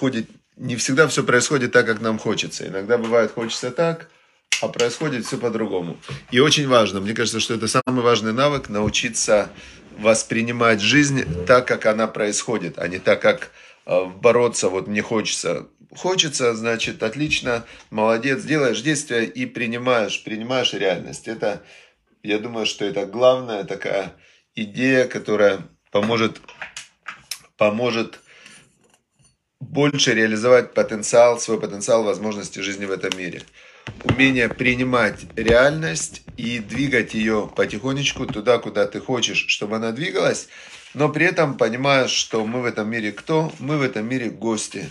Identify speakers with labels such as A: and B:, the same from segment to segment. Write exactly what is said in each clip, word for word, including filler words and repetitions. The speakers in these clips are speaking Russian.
A: происходит, не всегда все происходит так, как нам хочется. Иногда бывает хочется так, а происходит все по-другому. И очень важно, мне кажется, что это самый важный навык, научиться воспринимать жизнь так, как она происходит, а не так, как э, бороться, вот мне хочется. Хочется, значит, отлично, молодец, делаешь действия и принимаешь, принимаешь реальность. Это, я думаю, что это главная такая идея, которая поможет, поможет больше реализовать потенциал, свой потенциал возможности жизни в этом мире. Умение принимать реальность и двигать ее потихонечку туда, куда ты хочешь, чтобы она двигалась, но при этом понимаешь, что мы в этом мире кто? Мы в этом мире гости.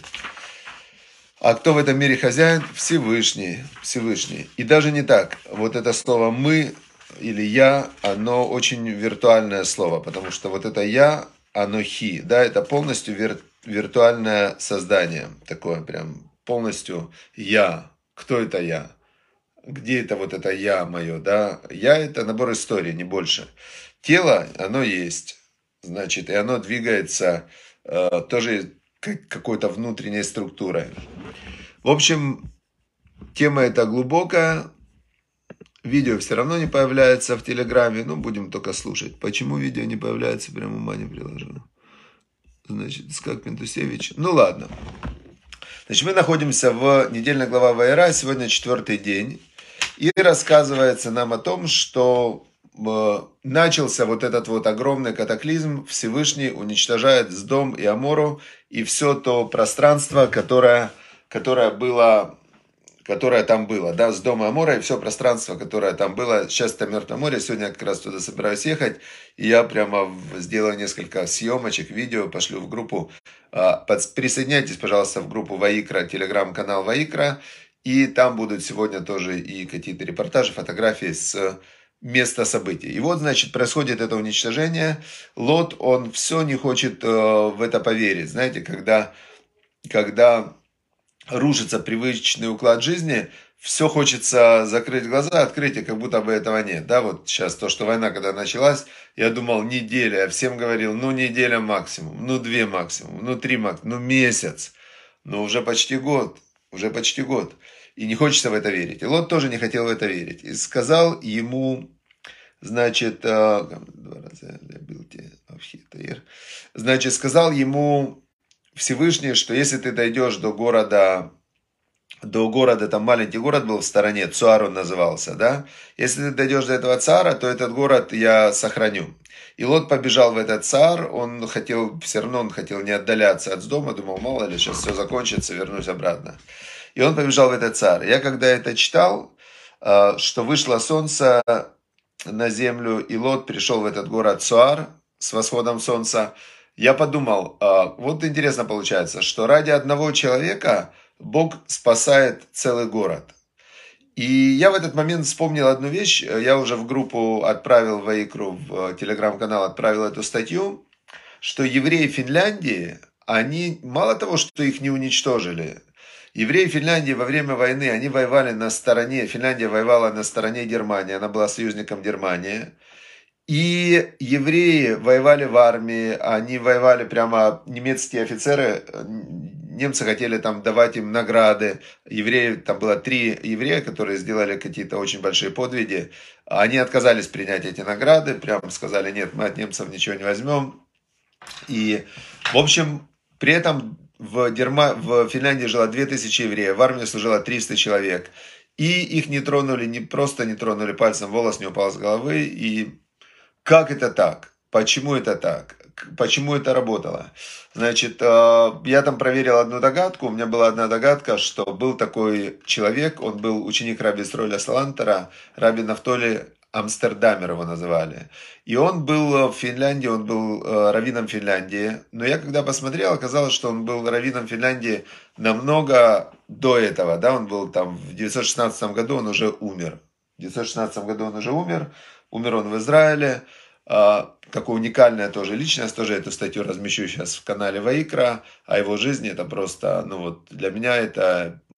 A: А кто в этом мире хозяин? Всевышний. Всевышний. И даже не так. Вот это слово «мы» или «я», оно очень виртуальное слово, потому что вот это «я», оно «хи», да, это полностью вир, виртуальное создание, такое прям полностью «я». Кто это «я»? Где это вот это «я» мое, да? «Я» это набор историй, не больше. Тело, оно есть, значит, и оно двигается э, тоже какой-то внутренней структурой. В общем, тема эта глубокая. Видео все равно не появляется в Телеграме, ну, будем только слушать. Почему видео не появляется, прям ума не приложу. Значит, Искак Пентусевич. Ну, ладно. Значит, мы находимся в недельной главе Ваера, сегодня четвертый день. И рассказывается нам о том, что начался вот этот вот огромный катаклизм, Всевышний уничтожает Сдом и Амору и все то пространство, которое, которое было... которое там было, да, с дома Амора и все пространство, которое там было. Сейчас это Мертвое море, сегодня я как раз туда собираюсь ехать, и я прямо сделаю несколько съемочек, видео, пошлю в группу. Присоединяйтесь, пожалуйста, в группу Ваикра, телеграм-канал Ваикра, и там будут сегодня тоже и какие-то репортажи, фотографии с места событий. И вот, значит, происходит это уничтожение. Лот, он все не хочет в это поверить. Знаете, когда... когда рушится привычный уклад жизни, все хочется закрыть глаза, открыть, и как будто бы этого нет. Да, вот сейчас то, что война, когда началась, я думал, неделя, я всем говорил, ну, неделя максимум, ну, две максимум, ну, три максимум, ну, месяц, ну, уже почти год, уже почти год. И не хочется в это верить. И Лот тоже не хотел в это верить. И сказал ему, значит, значит, сказал ему Всевышний, что если ты дойдешь до города, до города, там маленький город был в стороне, Цуар он назывался, да, если ты дойдешь до этого Цара, то этот город я сохраню. И Лот побежал в этот Цар, он хотел, все равно он хотел не отдаляться от дома, думал, мало ли, сейчас все закончится, вернусь обратно. И он побежал в этот Цар. Я когда это читал, что вышло солнце на землю, и Лот пришел в этот город Цуар с восходом солнца, я подумал, вот интересно получается, что ради одного человека Бог спасает целый город. И я в этот момент вспомнил одну вещь, я уже в группу отправил, в Ваикру, в телеграм-канал отправил эту статью, что евреи Финляндии, они мало того, что их не уничтожили, евреи Финляндии во время войны, они воевали на стороне, Финляндия воевала на стороне Германии, она была союзником Германии. И евреи воевали в армии, они воевали прямо, немецкие офицеры, немцы хотели там давать им награды, евреи, там было три еврея, которые сделали какие-то очень большие подвиги, они отказались принять эти награды, прямо сказали, нет, мы от немцев ничего не возьмем. И, в общем, при этом в, Дерма, в Финляндии жило две тысячи евреев, в армии служило триста человек, и их не тронули, не просто не тронули пальцем, волос не упал с головы, и как это так? Почему это так? Почему это работало? Значит, я там проверил одну догадку. У меня была одна догадка, что был такой человек, он был ученик раби Исроэля Салантера, раби Нафтоли Амстердамер его называли. И он был в Финляндии, он был раввином Финляндии. Но я когда посмотрел, оказалось, что он был раввином Финляндии намного до этого. Да? Он был там в девятьсот шестнадцатом году, он уже умер. В девятьсот шестнадцатом году он уже умер. Умер он в Израиле. Такая уникальная тоже личность. Тоже эту статью размещу сейчас в канале Ваикра. О его жизни это просто, ну вот, для меня это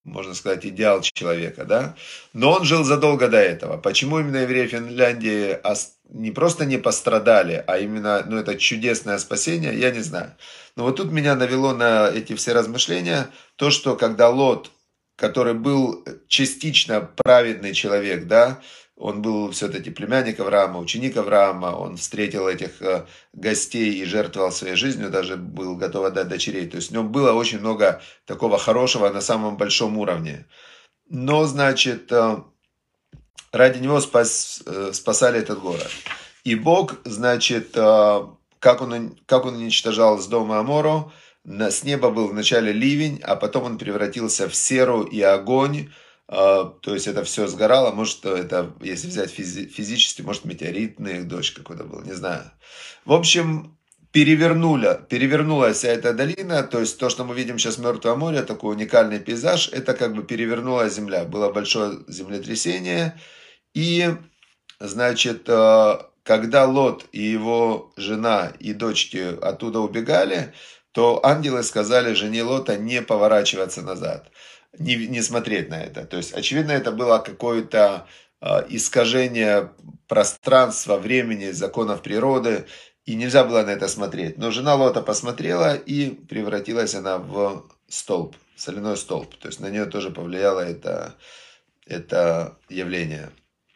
A: можно сказать, идеал человека, да? Но он жил задолго до этого. Почему именно евреи Финляндии не просто не пострадали, а именно, ну, это чудесное спасение, я не знаю. Но вот тут меня навело на эти все размышления то, что когда Лот, который был частично праведный человек, да, он был все-таки племянник Авраама, ученик Авраама, он встретил этих э, гостей и жертвовал своей жизнью, даже был готов отдать дочерей. То есть в нем было очень много такого хорошего на самом большом уровне. Но, значит, э, ради него спас, э, спасали этот город. И Бог, значит, э, как он, как он уничтожал Сдом и Амору, с неба был вначале ливень, а потом он превратился в серу и огонь. То есть это все сгорало. Может, это, если взять физи- физически, может, метеоритный дождь какой-то был, не знаю. В общем, перевернула, перевернулась вся эта долина. То есть то, что мы видим сейчас в Мертвом море, такой уникальный пейзаж, это как бы перевернула земля. Было большое землетрясение. И, значит, когда Лот и его жена и дочки оттуда убегали, то ангелы сказали жене Лота не поворачиваться назад, не, не смотреть на это. То есть, очевидно, это было какое-то э, искажение пространства, времени, законов природы, и нельзя было на это смотреть. Но жена Лота посмотрела, и превратилась она в столб, соляной столб. То есть, на нее тоже повлияло это, это явление.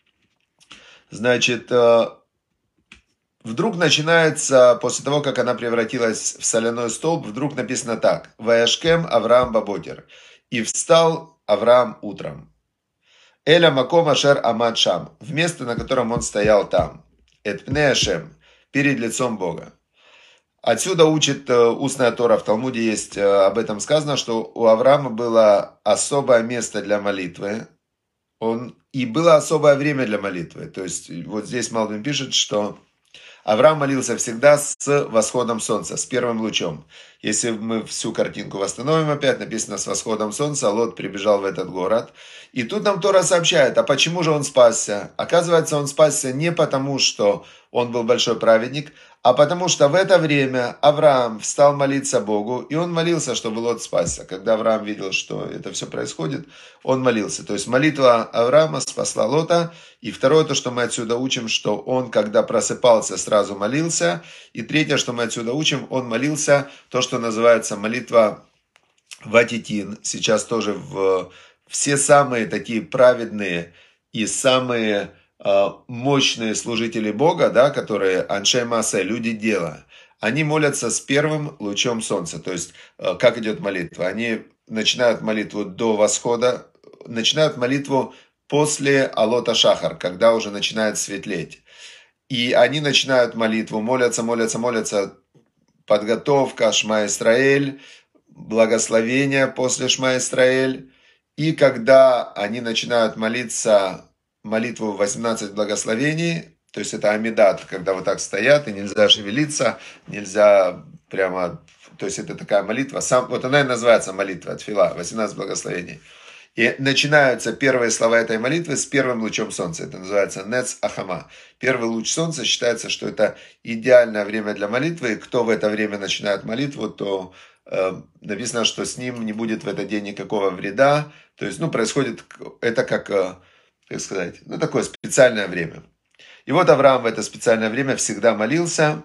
A: Значит, э, вдруг начинается, после того, как она превратилась в соляной столб, вдруг написано так. «Ваяшкем Авраам баботер». «И встал Авраам утром». «Эля маком ашер амад шам». В место, на котором он стоял там. «Эт пне ашем». Перед лицом Бога. Отсюда учит устная Тора, в Талмуде есть об этом сказано, что у Авраама было особое место для молитвы. Он, и было особое время для молитвы. То есть вот здесь Малбим пишет, что Авраам молился всегда с восходом солнца, с первым лучом. Если мы всю картинку восстановим опять, написано с восходом солнца, Лот прибежал в этот город. И тут нам Тора сообщает, а почему же он спасся? Оказывается, он спасся не потому, что он был большой праведник, а потому что в это время Авраам встал молиться Богу, и он молился, чтобы Лот спасся. Когда Авраам видел, что это все происходит, он молился. То есть молитва Авраама спасла Лота. И второе, то, что мы отсюда учим, что он, когда просыпался, сразу молился. И третье, что мы отсюда учим, он молился, то, что называется молитва Ватитин. Сейчас тоже в все самые такие праведные и самые мощные служители Бога, да, которые Аншей Маасе, люди дела, они молятся с первым лучом солнца. То есть, как идет молитва? Они начинают молитву до восхода, начинают молитву после Алота Шахар, когда уже начинает светлеть. И они начинают молитву, молятся, молятся, молятся, подготовка, Шма Исраэль, благословение после Шма Исраэль. И когда они начинают молиться молитву восемнадцать благословений, то есть это амидат, когда вот так стоят, и нельзя шевелиться, нельзя прямо, то есть это такая молитва, сам, вот она и называется молитва, тфила, восемнадцать благословений. И начинаются первые слова этой молитвы с первым лучом солнца, это называется нец ахама. Первый луч солнца считается, что это идеальное время для молитвы, и кто в это время начинает молитву, то э, написано, что с ним не будет в этот день никакого вреда, то есть, ну, происходит это как... Э, как сказать, ну, такое специальное время. И вот Авраам в это специальное время всегда молился.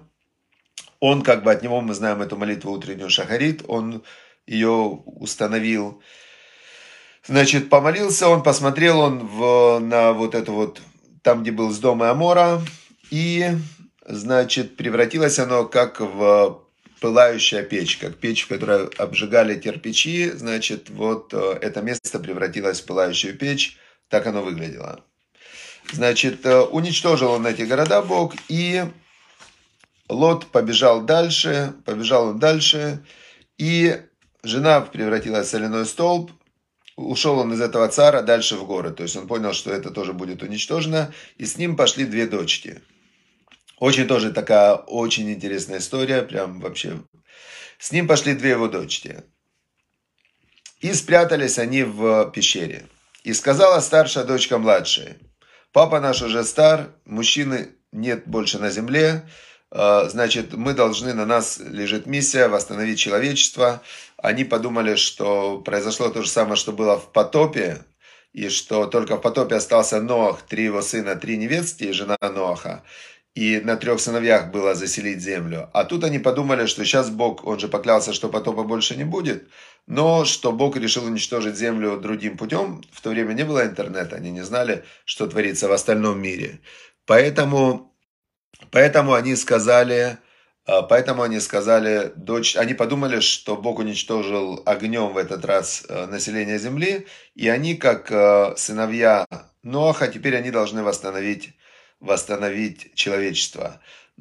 A: Он, как бы от него, мы знаем эту молитву утреннюю Шахарит, он ее установил. Значит, помолился он, посмотрел он в, на вот это вот, там, где был Сдом и Амора, и, значит, превратилось оно как в пылающая печь, как печь, в которой обжигали кирпичи, значит, вот это место превратилось в пылающую печь. Так оно выглядело. Значит, уничтожил он эти города Бог, и Лот побежал дальше, побежал он дальше, и жена превратилась в соляной столб, ушел он из этого цара дальше в горы, то есть он понял, что это тоже будет уничтожено, и с ним пошли две дочки. Очень тоже такая очень интересная история, прям вообще. С ним пошли две его дочки, и спрятались они в пещере. И сказала старшая дочка младшей: папа наш уже стар, мужчины нет больше на земле, значит, мы должны, на нас лежит миссия восстановить человечество, они подумали, что произошло то же самое, что было в потопе, и что только в потопе остался Ноах, три его сына, три невестки и жена Ноаха. И на трех сыновьях было заселить землю. А тут они подумали, что сейчас Бог, он же поклялся, что потопа больше не будет, но что Бог решил уничтожить землю другим путем. В то время не было интернета, они не знали, что творится в остальном мире. Поэтому, поэтому они сказали, а, поэтому они сказали, дочь, они подумали, что Бог уничтожил огнем в этот раз э, население земли, и они, как э, сыновья Ноаха, теперь они должны восстановить восстановить человечество.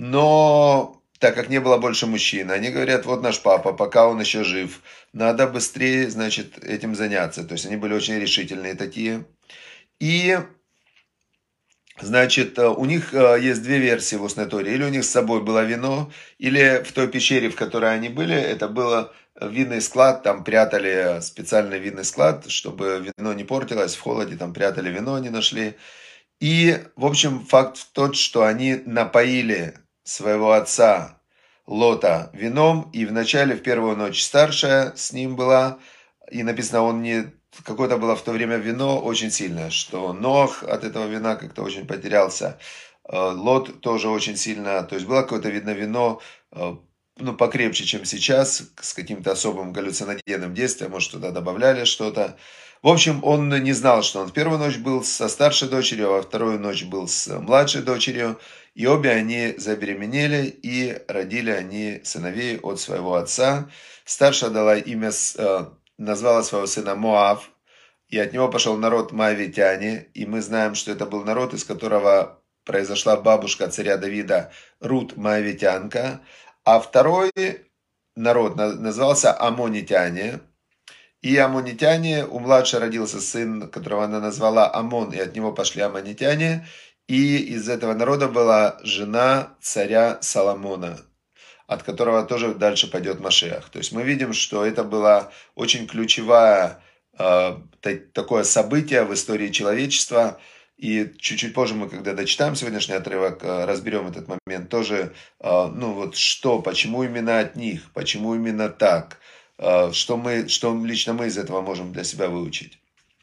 A: Но так как не было больше мужчин, они говорят, вот наш папа, пока он еще жив, надо быстрее, значит, этим заняться. То есть они были очень решительные такие. И, значит, у них есть две версии в устной Торе. Или у них с собой было вино, или в той пещере, в которой они были, это было винный склад, там прятали специальный винный склад, чтобы вино не портилось, в холоде там прятали вино, они нашли. И, в общем, факт тот, что они напоили своего отца Лота вином, и вначале, в первую ночь, старшая с ним была, и написано, он не... Какое-то было в то время вино очень сильное, что Нох от этого вина как-то очень потерялся. Лот тоже очень сильно, то есть было какое-то, видно, вино, ну, покрепче, чем сейчас, с каким-то особым галлюциногенным действием, может, туда добавляли что-то. В общем, он не знал, что он в первую ночь был со старшей дочерью, а во вторую ночь был с младшей дочерью. И обе они забеременели, и родили они сыновей от своего отца. Старшая дала имя, назвала своего сына Моав, и от него пошел народ Моавитяне. И мы знаем, что это был народ, из которого произошла бабушка царя Давида Рут Моавитянка. А второй народ назывался Амонитяне. И амонитяне, у младшей родился сын, которого она назвала Амон, и от него пошли амонитяне. И из этого народа была жена царя Соломона, от которого тоже дальше пойдет Машиах. То есть мы видим, что это было очень ключевое э, такое событие в истории человечества. И чуть-чуть позже мы, когда дочитаем сегодняшний отрывок, э, разберем этот момент тоже. Э, ну вот что, почему именно от них, почему именно так. Что, мы, что лично мы из этого можем для себя выучить.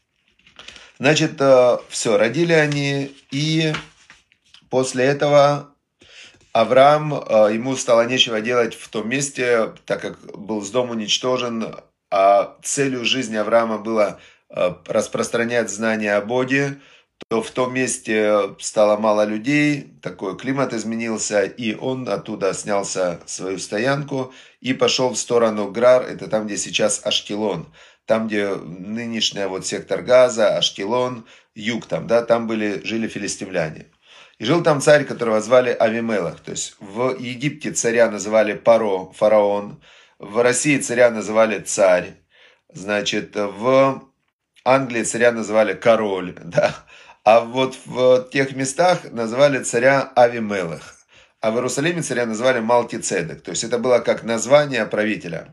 A: Значит, все, родили они, и после этого Авраам, ему стало нечего делать в том месте, так как был с дом уничтожен, а целью жизни Авраама было распространять знания о Боге, то в том месте стало мало людей, такой климат изменился, и он оттуда снялся свою стоянку и пошел в сторону Грар, это там, где сейчас Ашкелон, там, где нынешняя вот сектор Газа, Ашкелон, юг там, да, там были, жили филистимляне. И жил там царь, которого звали Авимелах, то есть в Египте царя называли Паро, фараон, в России царя называли царь, значит, в Англии царя называли король, да. А вот в тех местах называли царя Авимелах. А в Иерусалиме царя называли Малтицедек. То есть это было как название правителя.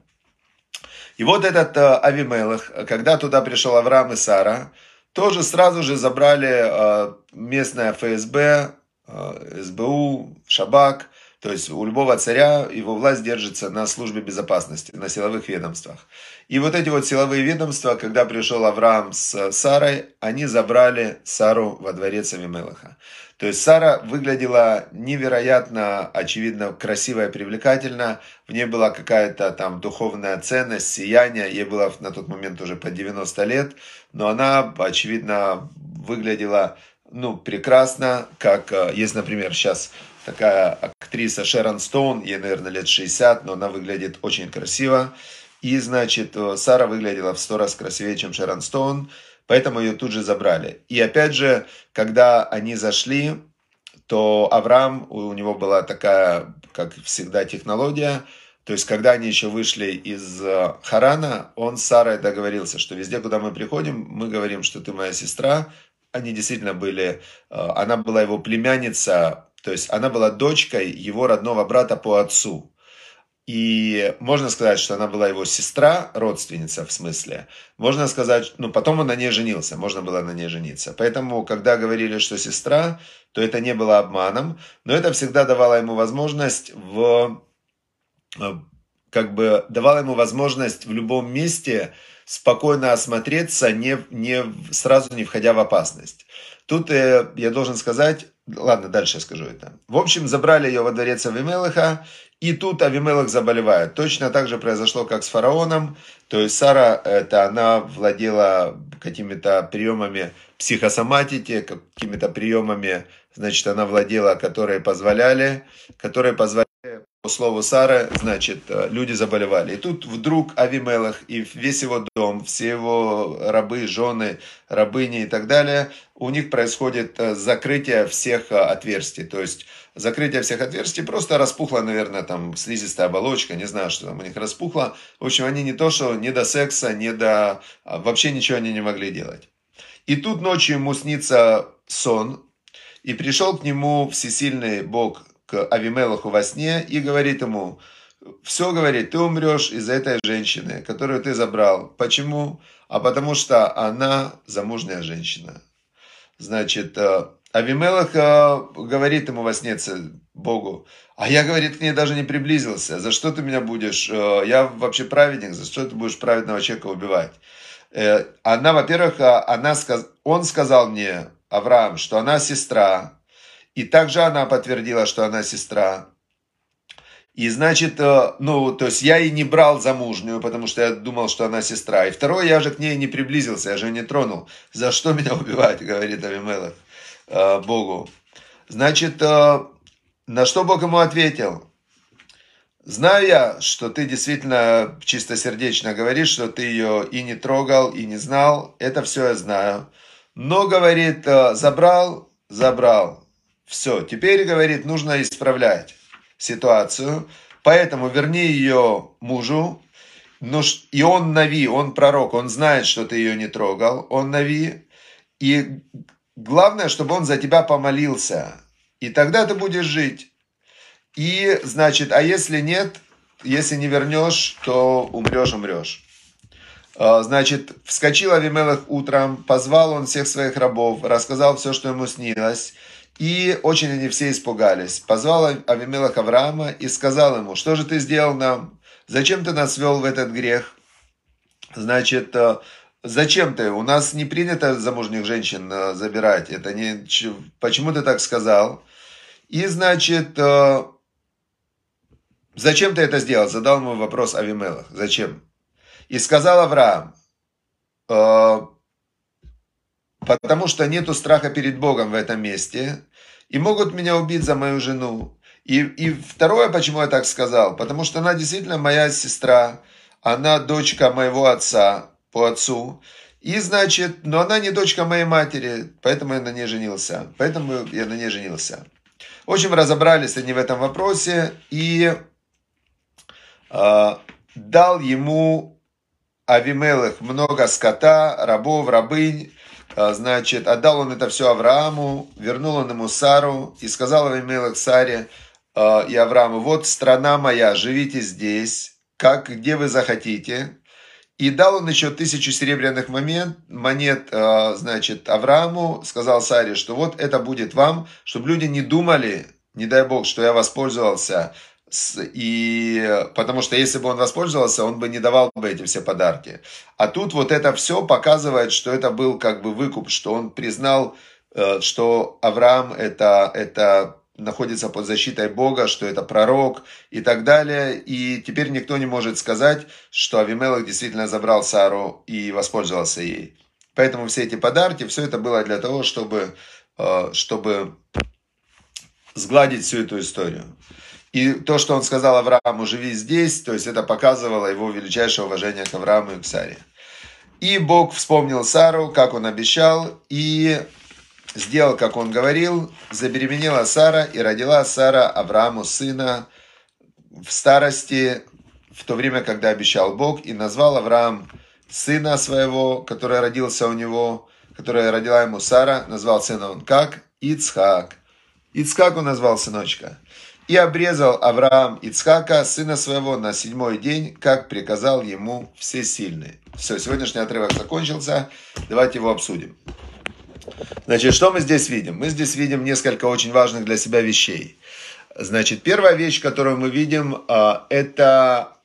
A: И вот этот Авимелах, когда туда пришел Авраам и Сара, тоже сразу же забрали местное эф эс бэ, эс бэ у, Шабак. То есть у любого царя его власть держится на службе безопасности, на силовых ведомствах. И вот эти вот силовые ведомства, когда пришел Авраам с Сарой, они забрали Сару во дворец Авимелаха. То есть Сара выглядела невероятно, очевидно, красиво и привлекательно. В ней была какая-то там духовная ценность, сияние. Ей было на тот момент уже по девяносто лет. Но она, очевидно, выглядела ну, прекрасно. Как есть, например, сейчас такая актриса Шерон Стоун. Ей, наверное, лет шестьдесят, но она выглядит очень красиво. И, значит, Сара выглядела в сто раз красивее, чем Шерон Стоун. Поэтому ее тут же забрали. И опять же, когда они зашли, то Авраам, у него была такая, как всегда, технология. То есть, когда они еще вышли из Харана, он с Сарой договорился, что везде, куда мы приходим, мы говорим, что ты моя сестра. Они действительно были, она была его племянница, то есть она была дочкой его родного брата по отцу. И можно сказать, что она была его сестра, родственница в смысле. Можно сказать, ну потом он на ней женился, можно было на ней жениться. Поэтому, когда говорили, что сестра, то это не было обманом. Но это всегда давало ему возможность в как бы давал ему возможность в любом месте спокойно осмотреться, не, не, сразу не входя в опасность. Тут э, я должен сказать, ладно, дальше я скажу это. В общем, забрали ее во дворец Авимелеха, и тут Авимелех заболевает. Точно так же произошло, как с фараоном. То есть Сара, это она владела какими-то приемами психосоматики, какими-то приемами, значит, она владела, которые позволяли, которые позволяли, по слову Сары, значит, люди заболевали. И тут вдруг Авимелех и весь его дом, все его рабы, жены, рабыни и так далее, у них происходит закрытие всех отверстий. То есть закрытие всех отверстий, просто распухла, наверное, там слизистая оболочка, не знаю, что там у них распухло. В общем, они не то, что не до секса, не до... Вообще ничего они не могли делать. И тут ночью ему снится сон, и пришел к нему всесильный Бог, к Авимелеху во сне, и говорит ему, все, говорит, ты умрешь из-за этой женщины, которую ты забрал. Почему? А потому что она замужняя женщина. Значит, Авимелех говорит ему во сне Богу, а я, говорит, к ней даже не приблизился. За что ты меня будешь? Я вообще праведник, за что ты будешь праведного человека убивать? Она, во-первых, она, он сказал мне, Авраам, что она сестра. И также она подтвердила, что она сестра. И значит, ну, то есть я и не брал замужнюю, потому что я думал, что она сестра. И второе, я же к ней не приблизился, я же не тронул. За что меня убивать, говорит Авимелех Богу. Значит, на что Бог ему ответил? Знаю я, что ты действительно чистосердечно говоришь, что ты ее и не трогал, и не знал. Это все я знаю. Но, говорит, забрал, забрал. Все, теперь, говорит, нужно исправлять ситуацию. Поэтому верни ее мужу. И он нави, он пророк, он знает, что ты ее не трогал. Он нави. И главное, чтобы он за тебя помолился. И тогда ты будешь жить. И, значит, а если нет, если не вернешь, то умрешь, умрешь. Значит, вскочил Авимелех утром, позвал он всех своих рабов, рассказал все, что ему снилось. И очень они все испугались. Позвал Авимелех Авраама и сказал ему, что же ты сделал нам? Зачем ты нас ввел в этот грех? Значит, зачем ты? У нас не принято замужних женщин забирать. Это не... Почему ты так сказал? И, значит, зачем ты это сделал? Задал ему вопрос Авимелех. Зачем? И сказал Авраам, потому что нету страха перед Богом в этом месте, и могут меня убить за мою жену. И, и второе, почему я так сказал, потому что она действительно моя сестра, она дочка моего отца по отцу, и значит, но она не дочка моей матери, поэтому я на ней женился, поэтому я на ней женился. В общем, разобрались они в этом вопросе, и э, дал ему Авимелех много скота, рабов, рабынь. Значит, отдал он это все Аврааму, вернул он ему Сару, и сказал Авимелех Саре и Аврааму, вот страна моя, живите здесь, как, где вы захотите. И дал он еще тысячу серебряных монет, монет, значит, Аврааму, сказал Саре, что вот это будет вам, чтобы люди не думали, не дай Бог, что я воспользовался. И потому что если бы он воспользовался, он бы не давал бы эти все подарки. А тут вот это все показывает, что это был как бы выкуп, что он признал, что Авраам это, это находится под защитой Бога, что это пророк и так далее. И теперь никто не может сказать, что Авимелех действительно забрал Сару и воспользовался ей. Поэтому все эти подарки, все это было для того, чтобы, чтобы сгладить всю эту историю. И то, что он сказал Аврааму, живи здесь, то есть это показывало его величайшее уважение к Аврааму и к Саре. И Бог вспомнил Сару, как он обещал, и сделал, как он говорил, забеременела Сара, и родила Сара Аврааму сына в старости, в то время, когда обещал Бог, и назвал Авраам сына своего, который родился у него, которая родила ему Сара, назвал сына он как? Ицхак. Ицхак он назвал сыночка. И обрезал Авраам Ицхака, сына своего, на седьмой день, как приказал ему Всесильный. Все, сегодняшний отрывок закончился. Давайте его обсудим. Значит, что мы здесь видим? Мы здесь видим несколько очень важных для себя вещей. Значит, первая вещь, которую мы видим, это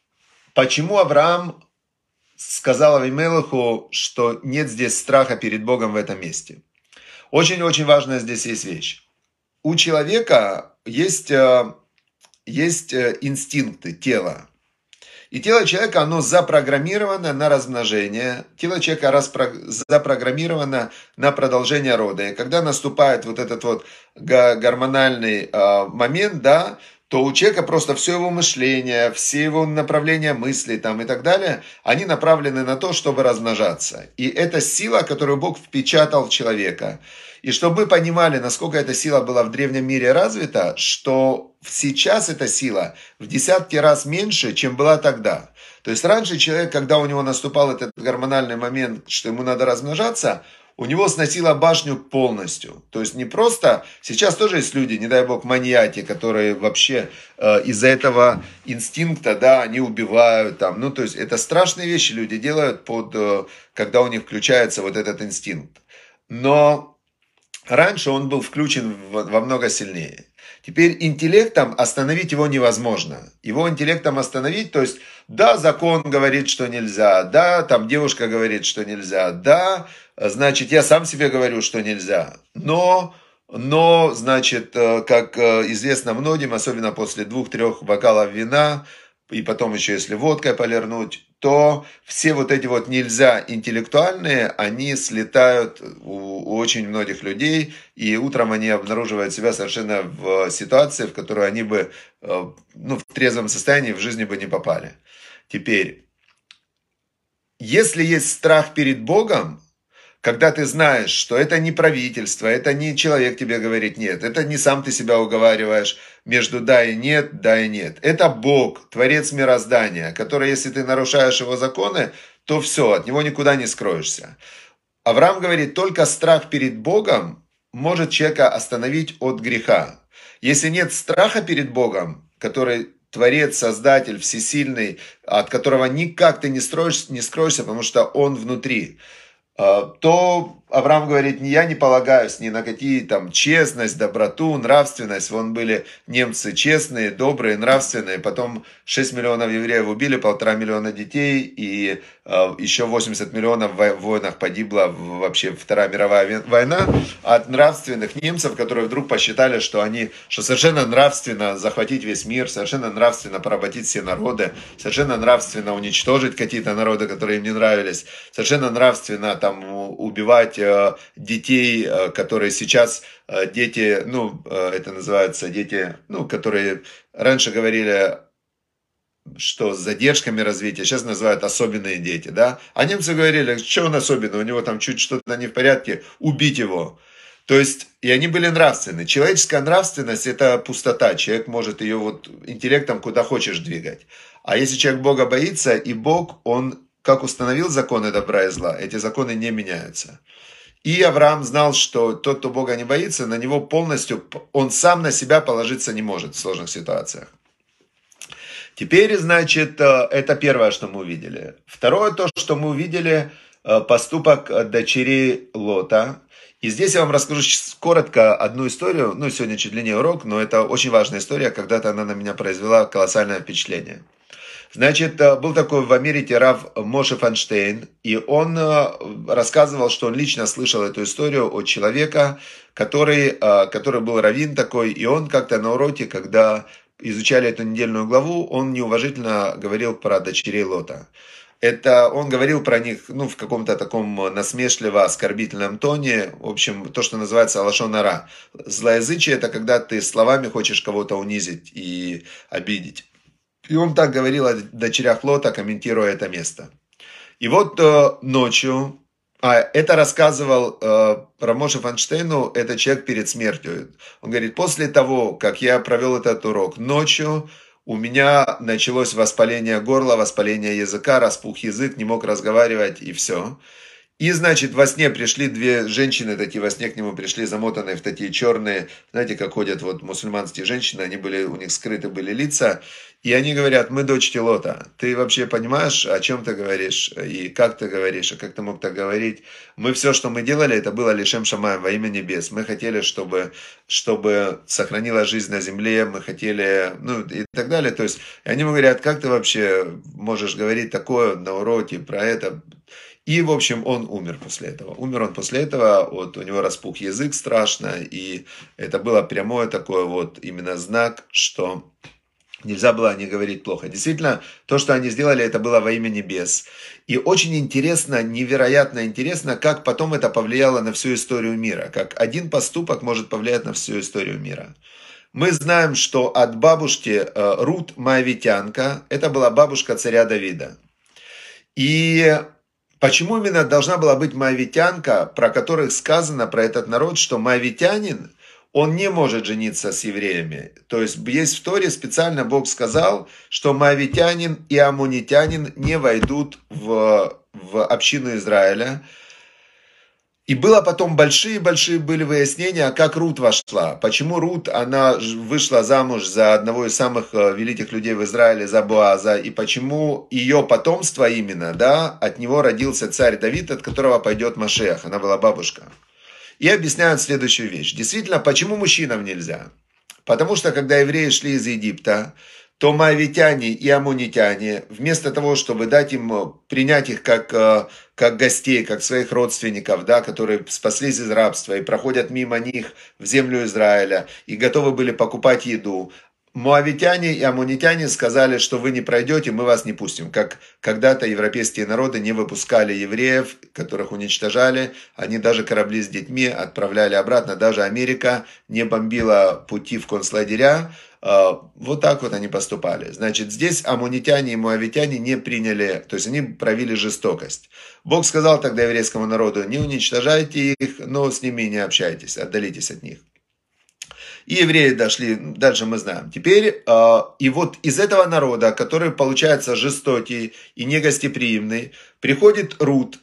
A: Почему Авраам сказал Авимелеху, что нет здесь страха перед Богом в этом месте? Очень-очень важная здесь есть вещь. У человека есть, есть инстинкты тела. И тело человека, оно запрограммировано на размножение. Тело человека распро... запрограммировано на продолжение рода. И когда наступает вот этот вот гормональный э, момент, да, то у человека просто все его мышление, все его направления мыслей там, и так далее, они направлены на то, чтобы размножаться. И это сила, которую Бог впечатал в человека. И чтобы мы понимали, насколько эта сила была в древнем мире развита, что сейчас эта сила в десятки раз меньше, чем была тогда. То есть раньше человек, когда у него наступал этот гормональный момент, что ему надо размножаться, у него сносило башню полностью. То есть не просто... Сейчас тоже есть люди, не дай бог, маньяки, которые вообще э, из-за этого инстинкта, да, они убивают там. Ну, то есть это страшные вещи люди делают, под, э, когда у них включается вот этот инстинкт. Но... Раньше он был включен во много сильнее. Теперь интеллектом остановить его невозможно. Его интеллектом остановить, то есть, да, закон говорит, что нельзя, да, там девушка говорит, что нельзя, да, значит, я сам себе говорю, что нельзя. Но, но, значит, как известно многим, особенно после двух-трех бокалов вина, и потом еще если водкой полирнуть, то все вот эти вот нельзя интеллектуальные, они слетают у, у очень многих людей, и утром они обнаруживают себя совершенно в ситуации, в которую они бы, ну, в трезвом состоянии в жизни бы не попали. Теперь, если есть страх перед Богом, когда ты знаешь, что это не правительство, это не человек тебе говорит нет, это не сам ты себя уговариваешь между да и нет, да и нет. Это Бог, Творец мироздания, который, если ты нарушаешь его законы, то все, от него никуда не скроешься. Авраам говорит, только страх перед Богом может человека остановить от греха. Если нет страха перед Богом, который Творец, Создатель, Всесильный, от которого никак ты не, строишь, не скроешься, потому что он внутри, то Авраам говорит, я не полагаюсь ни на какие там честность, доброту, нравственность. Вон были немцы честные, добрые, нравственные. Потом шесть миллионов евреев убили, полтора миллиона детей. И э, еще восемьдесят миллионов в войнах погибло вообще Вторая мировая война. От нравственных немцев, которые вдруг посчитали, что они, что совершенно нравственно захватить весь мир, совершенно нравственно поработить все народы, совершенно нравственно уничтожить какие-то народы, которые им не нравились, совершенно нравственно там убивать детей, которые сейчас дети, ну, это называется дети, ну, которые раньше говорили, что с задержками развития, сейчас называют особенные дети, да, а немцы говорили, что он особенный, у него там чуть что-то не в порядке, убить его. То есть, и они были нравственны. Человеческая нравственность – это пустота, человек может ее вот интеллектом куда хочешь двигать. А если человек Бога боится, и Бог, он как установил законы добра и зла, эти законы не меняются. И Авраам знал, что тот, кто Бога не боится, на него полностью, он сам на себя положиться не может в сложных ситуациях. Теперь, значит, это первое, что мы увидели. Второе, то, что мы увидели, поступок дочерей Лота. И здесь я вам расскажу коротко одну историю. Ну, сегодня чуть длиннее урок, но это очень важная история. Когда-то она на меня произвела колоссальное впечатление. Значит, был такой в Америке рав Моше Файнштейн, и он рассказывал, что он лично слышал эту историю от человека, который, который был раввин такой, и он как-то на уроке, когда изучали эту недельную главу, он неуважительно говорил про дочерей Лота. Это он говорил про них, ну, в каком-то таком насмешливо-оскорбительном тоне, в общем, то, что называется лашон ара. Злоязычие – это когда ты словами хочешь кого-то унизить и обидеть. И он так говорил о дочерях Лота, комментируя это место. И вот э, ночью, а это рассказывал э, про Моше Файнштейну, этот человек перед смертью. Он говорит, после того, как я провел этот урок ночью, у меня началось воспаление горла, воспаление языка, распух язык, не мог разговаривать и все. И, значит, во сне пришли две женщины, такие во сне к нему пришли, замотанные в такие черные, знаете, как ходят вот мусульманские женщины, они были, у них скрыты были лица, и они говорят: мы дочь Лота, ты вообще понимаешь, о чем ты говоришь, и как ты говоришь, и как ты мог так говорить? Мы все, что мы делали, это было лишем шамаем, во имя небес. Мы хотели, чтобы, чтобы сохранилась жизнь на земле, мы хотели, ну и так далее. То есть, и они ему говорят: как ты вообще можешь говорить такое на уроке про это? И, в общем, он умер после этого. Умер он после этого, вот у него распух язык страшно, и это было прямое такое вот именно знак, что нельзя было не говорить плохо. Действительно, то, что они сделали, это было во имя небес. И очень интересно, невероятно интересно, как потом это повлияло на всю историю мира, как один поступок может повлиять на всю историю мира. Мы знаем, что от бабушки Рут Моавитянка, это была бабушка царя Давида. И почему именно должна была быть моавитянка, про которых сказано, про этот народ, что моавитянин, он не может жениться с евреями. То есть есть в Торе специально Бог сказал, что моавитянин и аммонитянин не войдут в, в общину Израиля. И было потом большие-большие были выяснения, как Рут вошла. Почему Рут, она вышла замуж за одного из самых великих людей в Израиле, за Боаза. И почему ее потомство именно, да, от него родился царь Давид, от которого пойдет Машиах. Она была бабушка. И объясняют следующую вещь. Действительно, почему мужчинам нельзя? Потому что, когда евреи шли из Египта, то моавитяне и аммонитяне, вместо того, чтобы дать им, принять их как, как гостей, как своих родственников, да, которые спаслись из рабства и проходят мимо них в землю Израиля и готовы были покупать еду, моавитяне и аммонитяне сказали, что вы не пройдете, мы вас не пустим. Как когда-то европейские народы не выпускали евреев, которых уничтожали, они даже корабли с детьми отправляли обратно, даже Америка не бомбила пути в концлагеря. Вот так вот они поступали. Значит, здесь аммонитяне и моавитяне не приняли, то есть они проявили жестокость. Бог сказал тогда еврейскому народу: не уничтожайте их, но с ними не общайтесь, отдалитесь от них. И евреи дошли, дальше мы знаем. Теперь, и вот из этого народа, который получается жестокий и негостеприимный, приходит Рут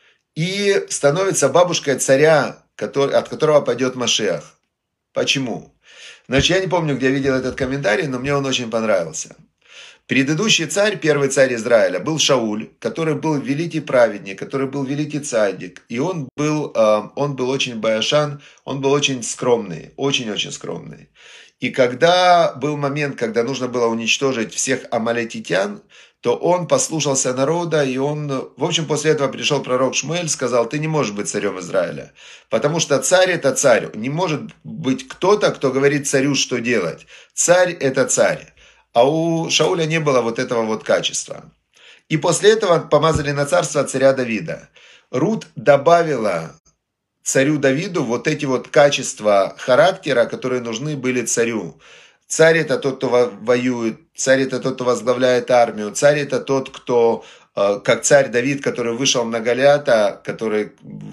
A: и становится бабушкой царя, который, от которого пойдет Машиах. Почему? Значит, я не помню, где я видел этот комментарий, но мне он очень понравился. Предыдущий царь, первый царь Израиля, был Шауль, который был великий праведник, который был великий цадик. И он был, он был очень баашан, он был очень скромный, очень-очень скромный. И когда был момент, когда нужно было уничтожить всех амалетитян, то он послушался народа, и он, в общем, после этого пришел пророк Шмуэль, сказал: ты не можешь быть царем Израиля, потому что царь это царь, не может быть кто-то, кто говорит царю, что делать. Царь это царь, а у Шауля не было вот этого вот качества. И после этого помазали на царство царя Давида. Рут добавила царю Давиду вот эти вот качества характера, которые нужны были царю. Царь это тот, кто воюет, царь это тот, кто возглавляет армию, царь это тот, кто, как царь Давид, который вышел на Голиата, который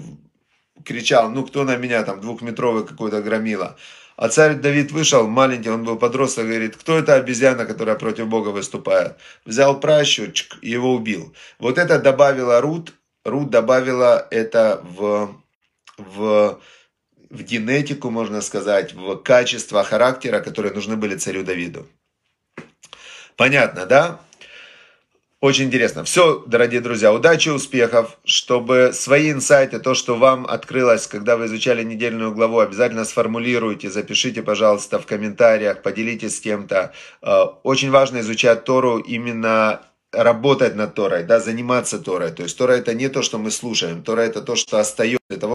A: кричал: ну кто на меня, там двухметровый какой-то громила. А царь Давид вышел, маленький, он был подросток, говорит: кто это обезьяна, которая против Бога выступает? Взял пращу и его убил. Вот это добавила Рут, Рут добавила это в... в в генетику, можно сказать, в качества характера, которые нужны были царю Давиду. Понятно, да? Очень интересно. Все, дорогие друзья, удачи, успехов, чтобы свои инсайты, то, что вам открылось, когда вы изучали недельную главу, обязательно сформулируйте, запишите, пожалуйста, в комментариях, поделитесь с кем-то. Очень важно изучать Тору, именно работать над Торой, да, заниматься Торой. То есть Тора это не то, что мы слушаем, Тора это то, что остается для того,